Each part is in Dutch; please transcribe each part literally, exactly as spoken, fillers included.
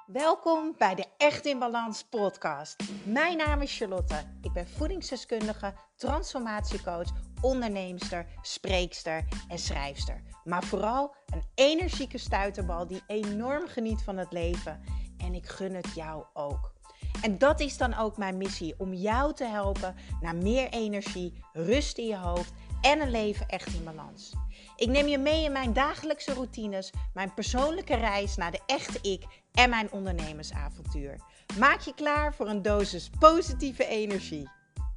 Welkom bij de Echt in Balans podcast. Mijn naam is Charlotte. Ik ben voedingsdeskundige, transformatiecoach, onderneemster, spreekster en schrijfster. Maar vooral een energieke stuiterbal die enorm geniet van het leven. En ik gun het jou ook. En dat is dan ook mijn missie, om jou te helpen naar meer energie, rust in je hoofd en een leven echt in balans. Ik neem je mee in mijn dagelijkse routines, mijn persoonlijke reis naar de echte ik en mijn ondernemersavontuur. Maak je klaar voor een dosis positieve energie.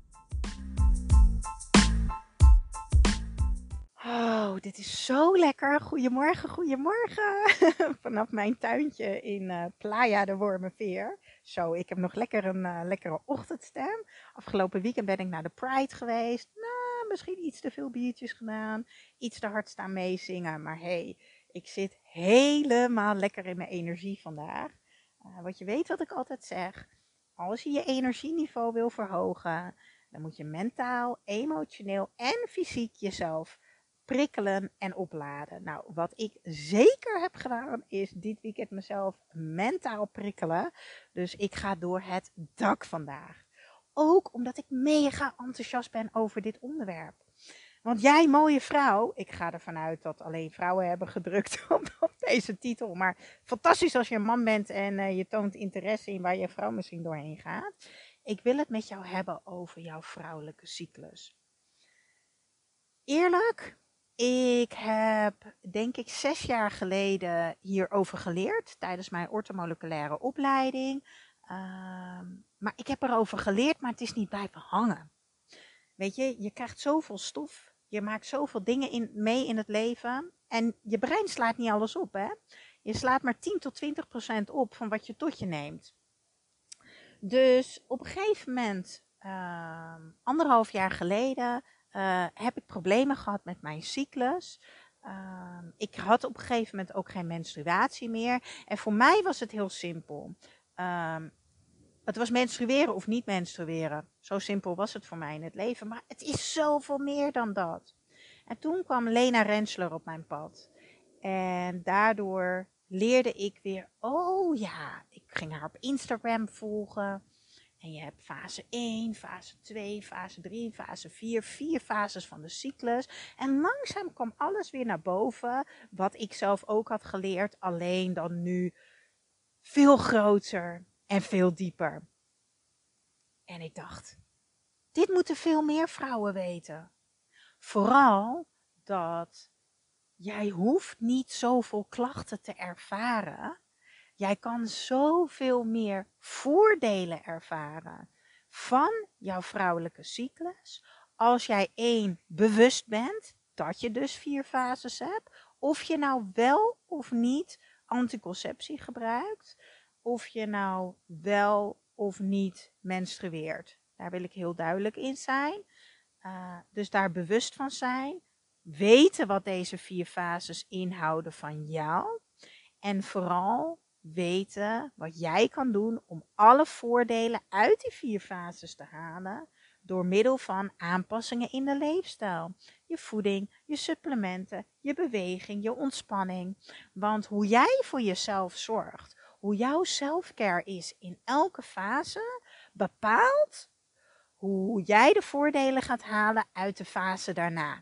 Oh, dit is zo lekker. Goedemorgen, goedemorgen. Vanaf mijn tuintje in uh, Playa de Wormerveer. Zo, ik heb nog lekker een uh, lekkere ochtendstem. Afgelopen weekend ben ik naar de Pride geweest. Nou, misschien iets te veel biertjes gedaan. Iets te hard staan meezingen. Maar hey, ik zit helemaal lekker in mijn energie vandaag. Uh, wat je weet wat ik altijd zeg. Als je je energieniveau wil verhogen, dan moet je mentaal, emotioneel en fysiek jezelf prikkelen en opladen. Nou, wat ik zeker heb gedaan, is dit weekend mezelf mentaal prikkelen. Dus ik ga door het dak vandaag. Ook omdat ik mega enthousiast ben over dit onderwerp. Want jij, mooie vrouw, ik ga ervan uit dat alleen vrouwen hebben gedrukt op, op deze titel. Maar fantastisch als je een man bent en uh, je toont interesse in waar je vrouw misschien doorheen gaat. Ik wil het met jou hebben over jouw vrouwelijke cyclus. Eerlijk, ik heb denk ik zes jaar geleden hierover geleerd tijdens mijn orthomoleculaire opleiding. Uh, maar ik heb erover geleerd, maar het is niet blijven hangen. Weet je, je krijgt zoveel stof, je maakt zoveel dingen in, mee in het leven en je brein slaat niet alles op, hè. Je slaat maar tien tot twintig procent op van wat je tot je neemt. Dus op een gegeven moment, uh, anderhalf jaar geleden, uh, heb ik problemen gehad met mijn cyclus. Uh, ik had op een gegeven moment ook geen menstruatie meer. En voor mij was het heel simpel. Uh, het was menstrueren of niet menstrueren. Zo simpel was het voor mij in het leven. Maar het is zoveel meer dan dat. En toen kwam Lena Rensler op mijn pad. En daardoor leerde ik weer, oh ja, ik ging haar op Instagram volgen. En je hebt fase één, fase twee, fase drie, fase vier, vier fases van de cyclus. En langzaam kwam alles weer naar boven, wat ik zelf ook had geleerd, alleen dan nu veel groter en veel dieper. En ik dacht, dit moeten veel meer vrouwen weten. Vooral dat jij hoeft niet zoveel klachten te ervaren. Jij kan zoveel meer voordelen ervaren van jouw vrouwelijke cyclus. Als jij één, bewust bent dat je dus vier fases hebt. Of je nou wel of niet anticonceptie gebruikt. Of je nou wel of niet menstrueert. Daar wil ik heel duidelijk in zijn. Uh, dus daar bewust van zijn. Weten wat deze vier fases inhouden van jou. En vooral weten wat jij kan doen om alle voordelen uit die vier fases te halen. Door middel van aanpassingen in de leefstijl. Je voeding, je supplementen, je beweging, je ontspanning. Want hoe jij voor jezelf zorgt, hoe jouw selfcare is in elke fase, bepaalt hoe jij de voordelen gaat halen uit de fase daarna.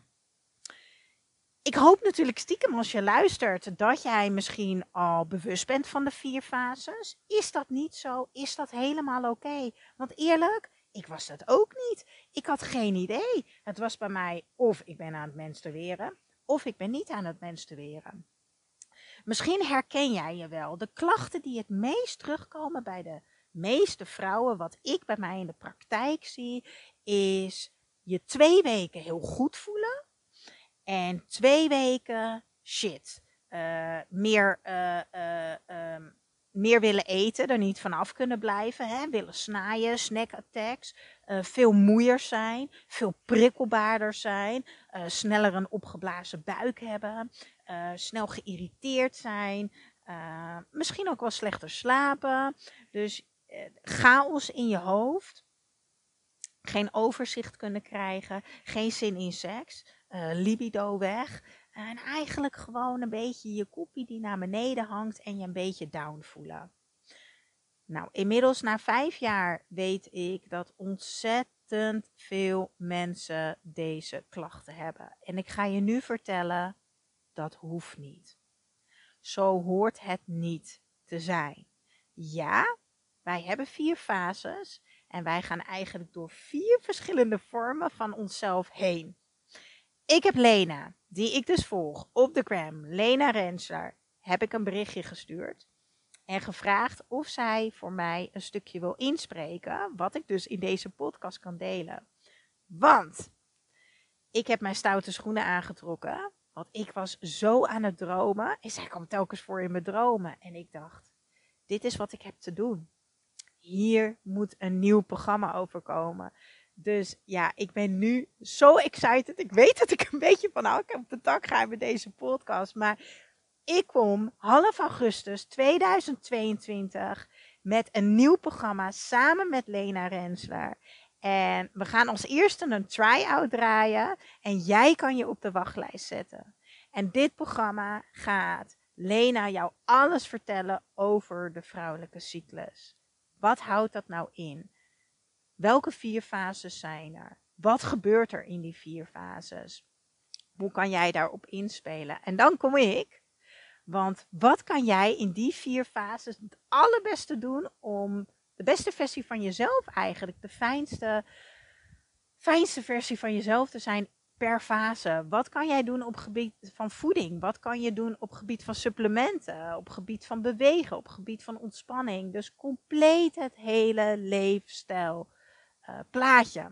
Ik hoop natuurlijk stiekem als je luistert dat jij misschien al bewust bent van de vier fases. Is dat niet zo? Is dat helemaal oké? Okay? Want eerlijk, ik was dat ook niet. Ik had geen idee. Het was bij mij of ik ben aan het menstrueren of ik ben niet aan het menstrueren. Misschien herken jij je wel. De klachten die het meest terugkomen bij de meeste vrouwen, wat ik bij mij in de praktijk zie, is je twee weken heel goed voelen. En twee weken, shit, uh, meer, uh, uh, um, meer willen eten, er niet vanaf kunnen blijven, hè? Willen snaaien, snackattacks, uh, veel moeier zijn, veel prikkelbaarder zijn, uh, sneller een opgeblazen buik hebben, uh, snel geïrriteerd zijn, uh, misschien ook wel slechter slapen, dus uh, chaos in je hoofd, geen overzicht kunnen krijgen, geen zin in seks. Uh, libido weg. En eigenlijk gewoon een beetje je koppie die naar beneden hangt en je een beetje down voelen. Nou, inmiddels na vijf jaar weet ik dat ontzettend veel mensen deze klachten hebben. En ik ga je nu vertellen, dat hoeft niet. Zo hoort het niet te zijn. Ja, wij hebben vier fases en wij gaan eigenlijk door vier verschillende vormen van onszelf heen. Ik heb Lena, die ik dus volg op de gram, Lena Rensler, heb ik een berichtje gestuurd en gevraagd of zij voor mij een stukje wil inspreken, wat ik dus in deze podcast kan delen. Want ik heb mijn stoute schoenen aangetrokken, want ik was zo aan het dromen en zij kwam telkens voor in mijn dromen. En ik dacht, dit is wat ik heb te doen. Hier moet een nieuw programma over komen. Dus ja, ik ben nu zo excited. Ik weet dat ik een beetje van nou, ik op de dak ga met deze podcast. Maar ik kom half augustus tweeduizend tweeëntwintig met een nieuw programma samen met Lena Rensler. En we gaan als eerste een try-out draaien. En jij kan je op de wachtlijst zetten. En dit programma gaat Lena jou alles vertellen over de vrouwelijke cyclus. Wat houdt dat nou in? Welke vier fases zijn er? Wat gebeurt er in die vier fases? Hoe kan jij daarop inspelen? En dan kom ik. Want wat kan jij in die vier fases het allerbeste doen om de beste versie van jezelf eigenlijk, de fijnste, fijnste versie van jezelf te zijn per fase? Wat kan jij doen op gebied van voeding? Wat kan je doen op gebied van supplementen? Op gebied van bewegen? Op gebied van ontspanning? Dus compleet het hele leefstijl uh, plaatje.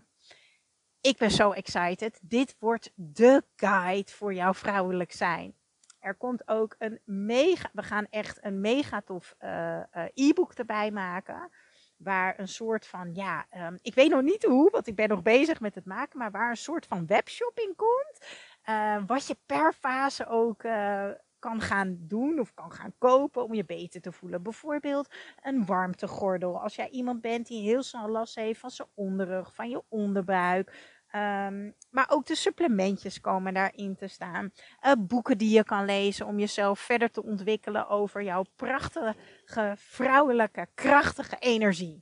Ik ben zo excited. Dit wordt de guide voor jouw vrouwelijk zijn. Er komt ook een mega, we gaan echt een mega tof uh, uh, e-book erbij maken. Waar een soort van, ja, um, ik weet nog niet hoe, want ik ben nog bezig met het maken. Maar waar een soort van webshop in komt. Uh, wat je per fase ook uh, kan gaan doen of kan gaan kopen om je beter te voelen. Bijvoorbeeld een warmtegordel. Als jij iemand bent die heel snel last heeft van zijn onderrug, van je onderbuik. Um, maar ook de supplementjes komen daarin te staan. Uh, boeken die je kan lezen om jezelf verder te ontwikkelen over jouw prachtige, vrouwelijke, krachtige energie.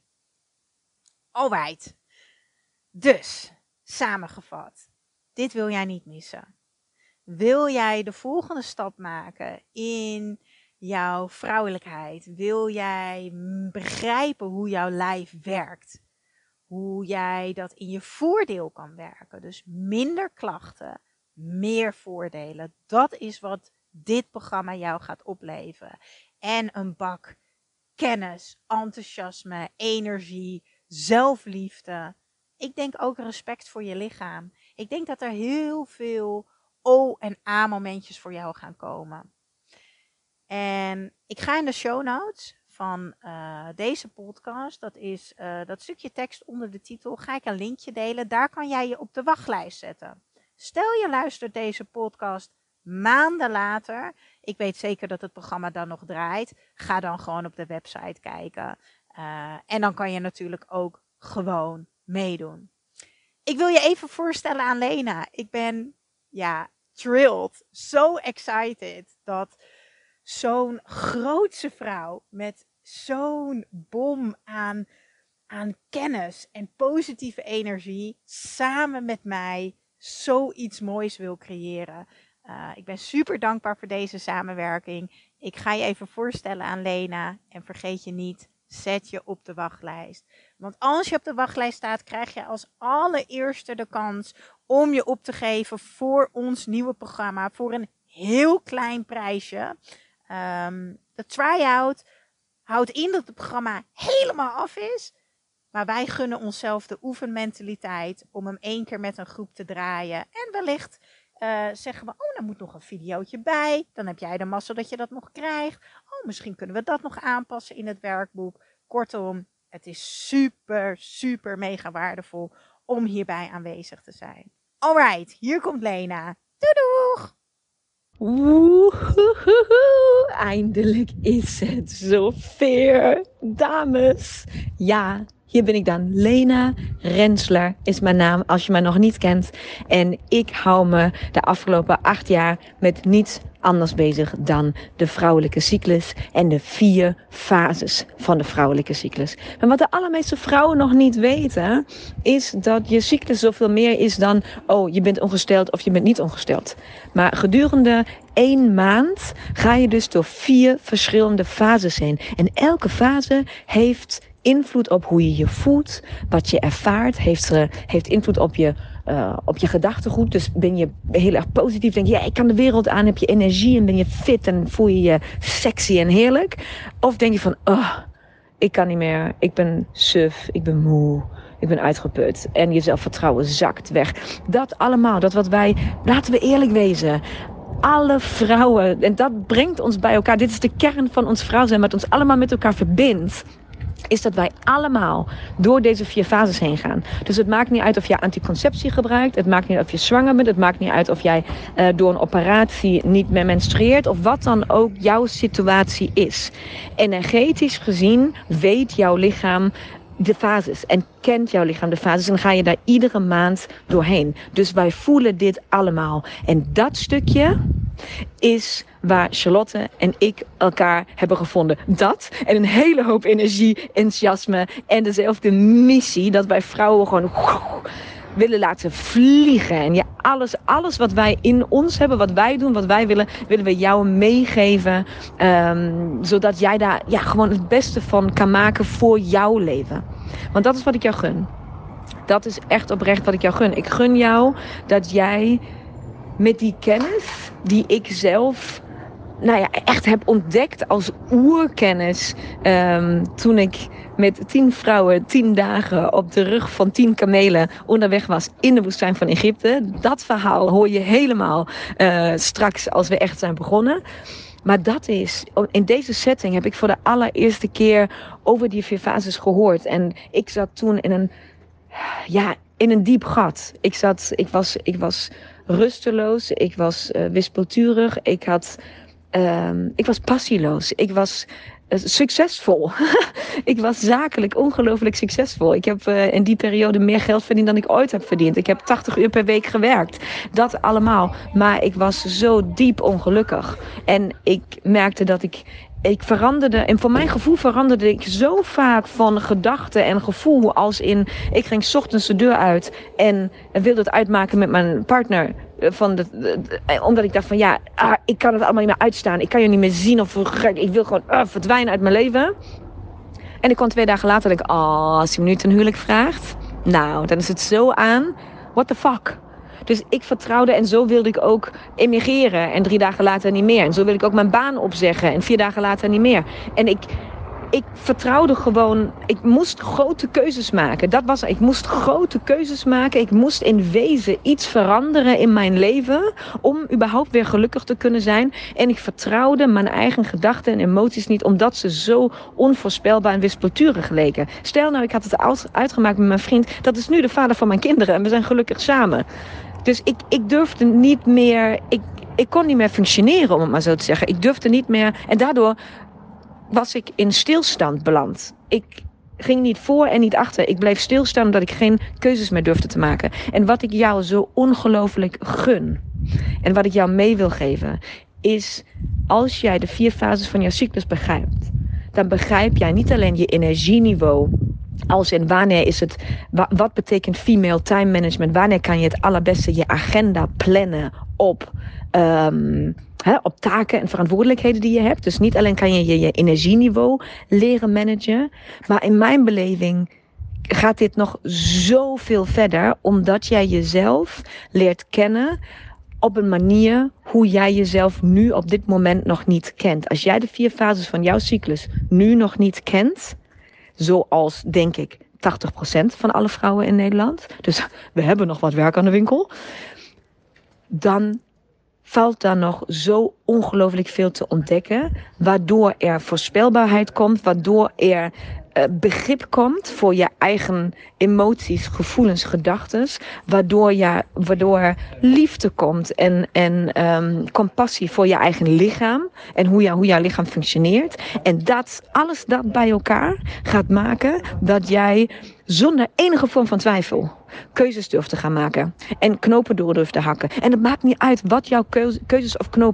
Alright. Dus, samengevat. Dit wil jij niet missen. Wil jij de volgende stap maken in jouw vrouwelijkheid? Wil jij begrijpen hoe jouw lijf werkt? Hoe jij dat in je voordeel kan werken. Dus minder klachten, meer voordelen. Dat is wat dit programma jou gaat opleveren. En een bak kennis, enthousiasme, energie, zelfliefde. Ik denk ook respect voor je lichaam. Ik denk dat er heel veel O- en A-momentjes voor jou gaan komen. En ik ga in de show notes van uh, deze podcast, dat is uh, dat stukje tekst onder de titel, ga ik een linkje delen. Daar kan jij je op de wachtlijst zetten. Stel je luistert deze podcast maanden later. Ik weet zeker dat het programma dan nog draait. Ga dan gewoon op de website kijken. Uh, en dan kan je natuurlijk ook gewoon meedoen. Ik wil je even voorstellen aan Lena. Ik ben, ja, thrilled. So excited dat zo'n grootse vrouw met zo'n bom aan, aan kennis en positieve energie samen met mij zoiets moois wil creëren. Uh, ik ben super dankbaar voor deze samenwerking. Ik ga je even voorstellen aan Lena en vergeet je niet, zet je op de wachtlijst. Want als je op de wachtlijst staat, krijg je als allereerste de kans om je op te geven voor ons nieuwe programma voor een heel klein prijsje. Um, de try-out houdt in dat het programma helemaal af is. Maar wij gunnen onszelf de oefenmentaliteit om hem één keer met een groep te draaien. En wellicht uh, zeggen we, oh, dan moet nog een videootje bij. Dan heb jij de mazzel dat je dat nog krijgt. Oh, misschien kunnen we dat nog aanpassen in het werkboek. Kortom, het is super, super mega waardevol om hierbij aanwezig te zijn. Alright, hier komt Lena. Doei doeg! Woehoehoe, eindelijk is het zover, dames. Ja, hier ben ik dan. Lena Rensler is mijn naam, als je mij nog niet kent. En ik hou me de afgelopen acht jaar met niets anders bezig dan de vrouwelijke cyclus en de vier fases van de vrouwelijke cyclus. Maar wat de allermeeste vrouwen nog niet weten, is dat je cyclus zoveel meer is dan, oh, je bent ongesteld of je bent niet ongesteld. Maar gedurende één maand ga je dus door vier verschillende fases heen. En elke fase heeft invloed op hoe je je voelt, wat je ervaart, heeft, uh, heeft invloed op je, uh, op je gedachtegoed. Dus ben je heel erg positief, denk je, ja, ik kan de wereld aan, heb je energie en ben je fit en voel je je sexy en heerlijk. Of denk je van, oh, ik kan niet meer, ik ben suf, ik ben moe, ik ben uitgeput en je zelfvertrouwen zakt weg. Dat allemaal, dat wat wij, laten we eerlijk wezen, alle vrouwen, en dat brengt ons bij elkaar, dit is de kern van ons vrouw zijn, wat ons allemaal met elkaar verbindt, is dat wij allemaal door deze vier fases heen gaan. Dus het maakt niet uit of jij anticonceptie gebruikt, het maakt niet uit of je zwanger bent, het maakt niet uit of jij uh, door een operatie niet meer menstrueert, of wat dan ook jouw situatie is. Energetisch gezien weet jouw lichaam de fases en kent jouw lichaam de fases en ga je daar iedere maand doorheen. Dus wij voelen dit allemaal. En dat stukje is waar Charlotte en ik elkaar hebben gevonden. Dat en een hele hoop energie, enthousiasme en dezelfde missie dat wij vrouwen gewoon willen laten vliegen. En ja, alles, alles wat wij in ons hebben, wat wij doen, wat wij willen, willen we jou meegeven. Um, zodat jij daar ja, gewoon het beste van kan maken voor jouw leven. Want dat is wat ik jou gun. Dat is echt oprecht wat ik jou gun. Ik gun jou dat jij met die kennis die ik zelf nou ja, echt heb ontdekt als oerkennis. Um, toen ik met tien vrouwen, tien dagen op de rug van tien kamelen onderweg was in de woestijn van Egypte. Dat verhaal hoor je helemaal uh, straks als we echt zijn begonnen. Maar dat is, in deze setting heb ik voor de allereerste keer over die vier fases gehoord. En ik zat toen in een, ja, in een diep gat. Ik zat, ik was, ik was rusteloos, ik was uh, wispelturig, ik had, um, ik was passieloos, ik was uh, succesvol. Ik was zakelijk ongelooflijk succesvol. Ik heb uh, in die periode meer geld verdiend dan ik ooit heb verdiend. Ik heb tachtig uur per week gewerkt. Dat allemaal. Maar ik was zo diep ongelukkig. En ik merkte dat ik Ik veranderde, en voor mijn gevoel veranderde ik zo vaak van gedachten en gevoel als in, ik ging 's ochtends de deur uit en wilde het uitmaken met mijn partner. Van de, de, de, omdat ik dacht van ja, ah, ik kan het allemaal niet meer uitstaan. Ik kan je niet meer zien of ik wil gewoon uh, verdwijnen uit mijn leven. En ik kwam twee dagen later en ik, oh, als hij me nu ten huwelijk vraagt, nou, dan is het zo aan, what the fuck. Dus ik vertrouwde en zo wilde ik ook emigreren. En drie dagen later niet meer. En zo wilde ik ook mijn baan opzeggen. En vier dagen later niet meer. En ik, ik vertrouwde gewoon. Ik moest grote keuzes maken. Dat was, ik moest grote keuzes maken. Ik moest in wezen iets veranderen in mijn leven. Om überhaupt weer gelukkig te kunnen zijn. En ik vertrouwde mijn eigen gedachten en emoties niet. Omdat ze zo onvoorspelbaar en wispelturig leken. Stel nou, ik had het uitgemaakt met mijn vriend. Dat is nu de vader van mijn kinderen. En we zijn gelukkig samen. Dus ik, ik durfde niet meer, ik, ik kon niet meer functioneren, om het maar zo te zeggen. Ik durfde niet meer, en daardoor was ik in stilstand beland. Ik ging niet voor en niet achter. Ik bleef stilstaan omdat ik geen keuzes meer durfde te maken. En wat ik jou zo ongelooflijk gun, en wat ik jou mee wil geven, is als jij de vier fases van jouw cyclus begrijpt, dan begrijp jij niet alleen je energieniveau. Als in wanneer is het, wat betekent female time management? Wanneer kan je het allerbeste je agenda plannen op, um, he, op taken en verantwoordelijkheden die je hebt. Dus niet alleen kan je je, je energieniveau leren managen. Maar in mijn beleving gaat dit nog zoveel verder. Omdat jij jezelf leert kennen op een manier hoe jij jezelf nu op dit moment nog niet kent. Als jij de vier fases van jouw cyclus nu nog niet kent, zoals, denk ik, tachtig procent van alle vrouwen in Nederland. Dus we hebben nog wat werk aan de winkel. Dan valt daar nog zo ongelooflijk veel te ontdekken. Waardoor er voorspelbaarheid komt. Waardoor er uh, begrip komt voor je eigen emoties, gevoelens, gedachten. Waardoor, je, waardoor liefde komt en, en um, compassie voor je eigen lichaam. En hoe, je, hoe jouw lichaam functioneert. En dat, alles dat bij elkaar gaat maken dat jij zonder enige vorm van twijfel keuzes durft te gaan maken. En knopen door durft te hakken. En het maakt niet uit wat jouw keuzes of knopen zijn.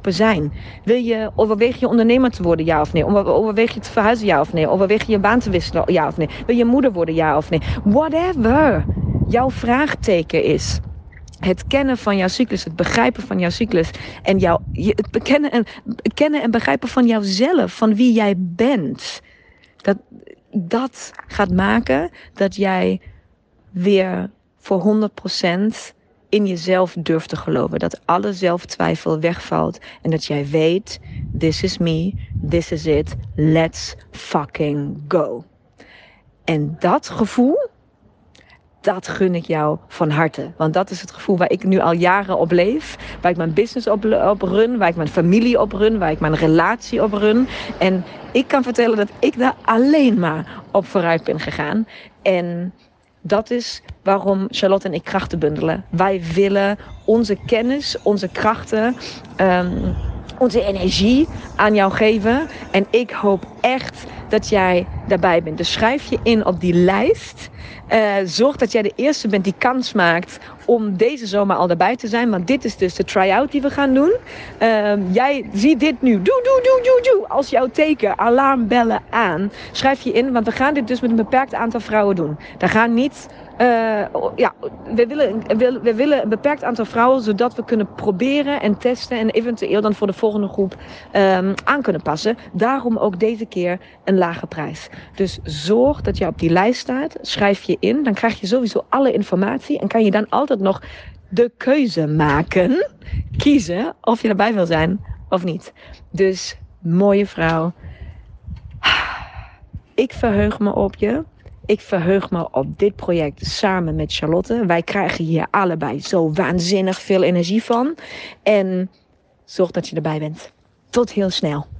doen? Wil je, overweeg je ondernemer te worden, ja of nee? Overweeg je te verhuizen, ja of nee? Overweeg je je baan te wisselen, ja of nee? Wil je moeder worden, ja of nee? Whatever jouw vraagteken is. Het kennen van jouw cyclus, het begrijpen van jouw cyclus en jouw, het bekennen en, kennen en begrijpen van jouzelf, van wie jij bent. Dat, dat gaat maken dat jij weer voor honderd procent in jezelf durft te geloven. Dat alle zelftwijfel wegvalt en dat jij weet, this is me, this is it, let's fucking go. En dat gevoel, dat gun ik jou van harte. Want dat is het gevoel waar ik nu al jaren op leef. Waar ik mijn business op, op run. Waar ik mijn familie op run. Waar ik mijn relatie op run. En ik kan vertellen dat ik daar alleen maar op vooruit ben gegaan. En dat is waarom Charlotte en ik krachten bundelen. Wij willen onze kennis, onze krachten, um, onze energie aan jou geven. En ik hoop echt dat jij daarbij bent. Dus schrijf je in op die lijst. Uh, zorg dat jij de eerste bent die kans maakt om deze zomer al daarbij te zijn. Want dit is dus de try-out die we gaan doen. Uh, jij ziet dit nu. Doe, doe, doe, doe, doe. Als jouw teken, alarmbellen aan. Schrijf je in, want we gaan dit dus met een beperkt aantal vrouwen doen. Daar gaan niet... Uh, ja, we willen, we, we willen een beperkt aantal vrouwen, zodat we kunnen proberen en testen en eventueel dan voor de volgende groep um, aan kunnen passen. Daarom ook deze keer een lage prijs. Dus zorg dat je op die lijst staat, schrijf je in, dan krijg je sowieso alle informatie en kan je dan altijd nog de keuze maken, kiezen of je erbij wil zijn of niet. Dus mooie vrouw, ik verheug me op je. Ik verheug me op dit project samen met Charlotte. Wij krijgen hier allebei zo waanzinnig veel energie van. En zorg dat je erbij bent. Tot heel snel.